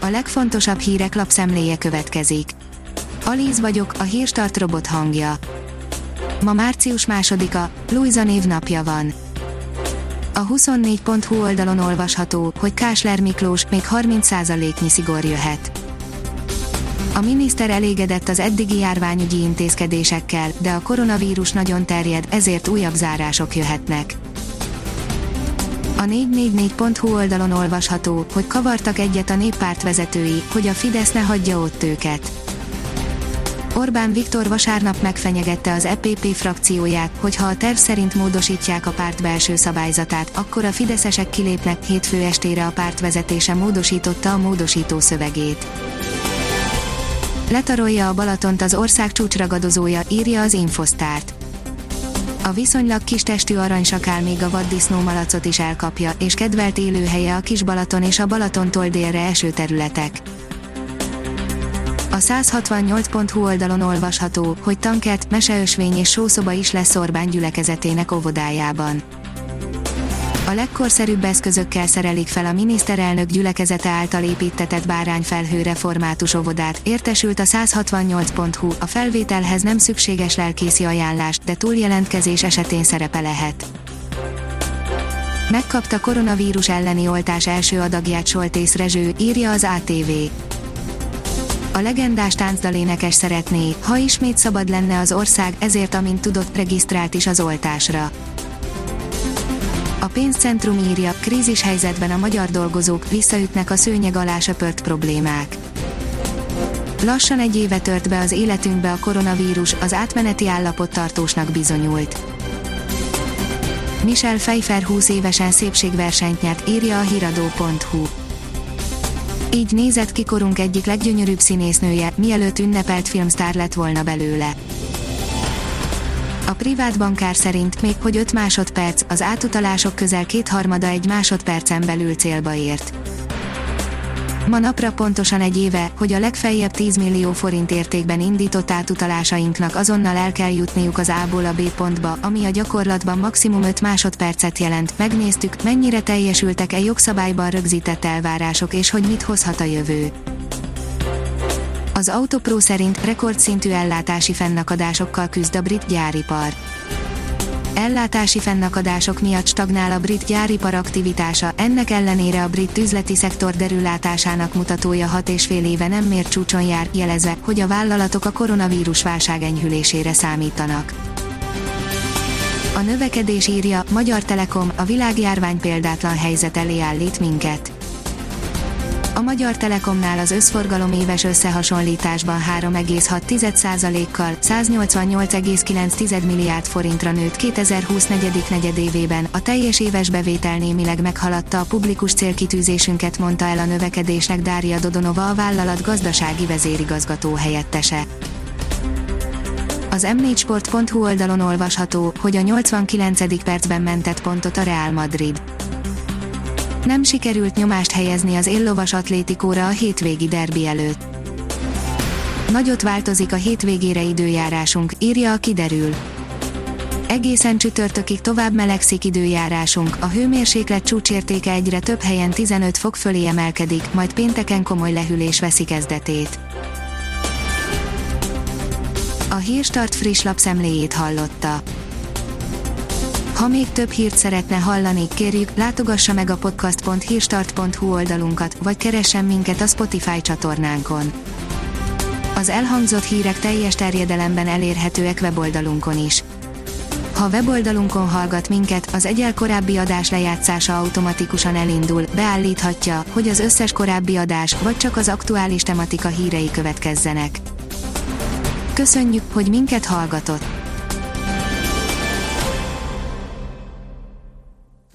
A legfontosabb hírek lapszemléje következik. Alíz vagyok, a Hírstart robot hangja. Ma március 2-a, Lujza névnapja van. A 24.hu oldalon olvasható, hogy Kásler Miklós, még 30%-nyi szigor jöhet. A miniszter elégedett az eddigi járványügyi intézkedésekkel, de a koronavírus nagyon terjed, ezért újabb zárások jöhetnek. A 444.hu oldalon olvasható, hogy kavartak egyet a Néppárt vezetői, hogy a Fidesz ne hagyja ott őket. Orbán Viktor vasárnap megfenyegette az EPP frakcióját, hogy ha a terv szerint módosítják a párt belső szabályzatát, akkor a fideszesek kilépnek. Hétfő estére a párt vezetése módosította a módosító szövegét. Letarolja a Balatont az ország csúcsragadozója, írja az Infosztárt. A viszonylag kis testű aranysakál még a vaddisznó malacot is elkapja, és kedvelt élőhelye a Kis-Balaton és a Balatontól délre eső területek. A 168.hu oldalon olvasható, hogy tankert, meseösvény és sószoba is lesz Orbán gyülekezetének óvodájában. A legkorszerűbb eszközökkel szerelik fel a miniszterelnök gyülekezete által építtetett bárányfelhőre formátus óvodát, értesült a 168.hu, a felvételhez nem szükséges lelkészi ajánlás, de túljelentkezés esetén szerepe lehet. Megkapta koronavírus elleni oltás első adagját Soltész Rezső, írja az ATV. A legendás táncdalénekes szeretné, ha ismét szabad lenne az ország, ezért amint tudott, regisztrált is az oltásra. A Pénzcentrum írja, krízishelyzetben a magyar dolgozók, visszaütnek a szőnyeg alá söpört problémák. Lassan egy éve tört be az életünkbe a koronavírus, az átmeneti állapot tartósnak bizonyult. Michelle Pfeiffer 20 évesen szépségversenyt nyert, írja a hiradó.hu. Így nézett ki korunk egyik leggyönyörűbb színésznője, mielőtt ünnepelt filmsztár lett volna belőle. A privát bankár szerint még hogy 5 másodperc, az átutalások közel 2/3 egy másodpercen belül célba ért. Ma napra pontosan egy éve, hogy a legfeljebb 10 millió forint értékben indított átutalásainknak azonnal el kell jutniuk az A-ból a B pontba, ami a gyakorlatban maximum 5 másodpercet jelent. Megnéztük, mennyire teljesültek-e jogszabályban rögzített elvárások és hogy mit hozhat a jövő. Az Autopro szerint rekordszintű ellátási fennakadásokkal küzd a brit gyáripar. Ellátási fennakadások miatt stagnál a brit gyáripar aktivitása, ennek ellenére a brit üzleti szektor derülátásának mutatója 6,5 éve nem mért csúcson jár, jelezve, hogy a vállalatok a koronavírus válság enyhülésére számítanak. A növekedés írja, Magyar Telekom, a világjárvány példátlan helyzet elé állít minket. A Magyar Telekomnál az összforgalom éves összehasonlításban 3,6%-kal, 188,9 milliárd forintra nőtt 2020 negyedik negyedévében, a teljes éves bevétel némileg meghaladta a publikus célkitűzésünket, mondta el a növekedésnek Dária Dodonova, a vállalat gazdasági vezérigazgató helyettese. Az m4sport.hu oldalon olvasható, hogy a 89. percben mentett pontot a Real Madrid. Nem sikerült nyomást helyezni az éllovas Atlétikóra a hétvégi derbi előtt. Nagyot változik a hétvégére időjárásunk, írja a Kiderül. Egészen csütörtökig tovább melegszik időjárásunk, a hőmérséklet csúcsértéke egyre több helyen 15 fok fölé emelkedik, majd pénteken komoly lehűlés veszi kezdetét. A Hírstart friss lapszemléjét hallotta. Ha még több hírt szeretne hallani, kérjük, látogassa meg a podcast.hírstart.hu oldalunkat, vagy keressen minket a Spotify csatornánkon. Az elhangzott hírek teljes terjedelemben elérhetőek weboldalunkon is. Ha weboldalunkon hallgat minket, az egyel korábbi adás lejátszása automatikusan elindul, beállíthatja, hogy az összes korábbi adás, vagy csak az aktuális tematika hírei következzenek. Köszönjük, hogy minket hallgatott!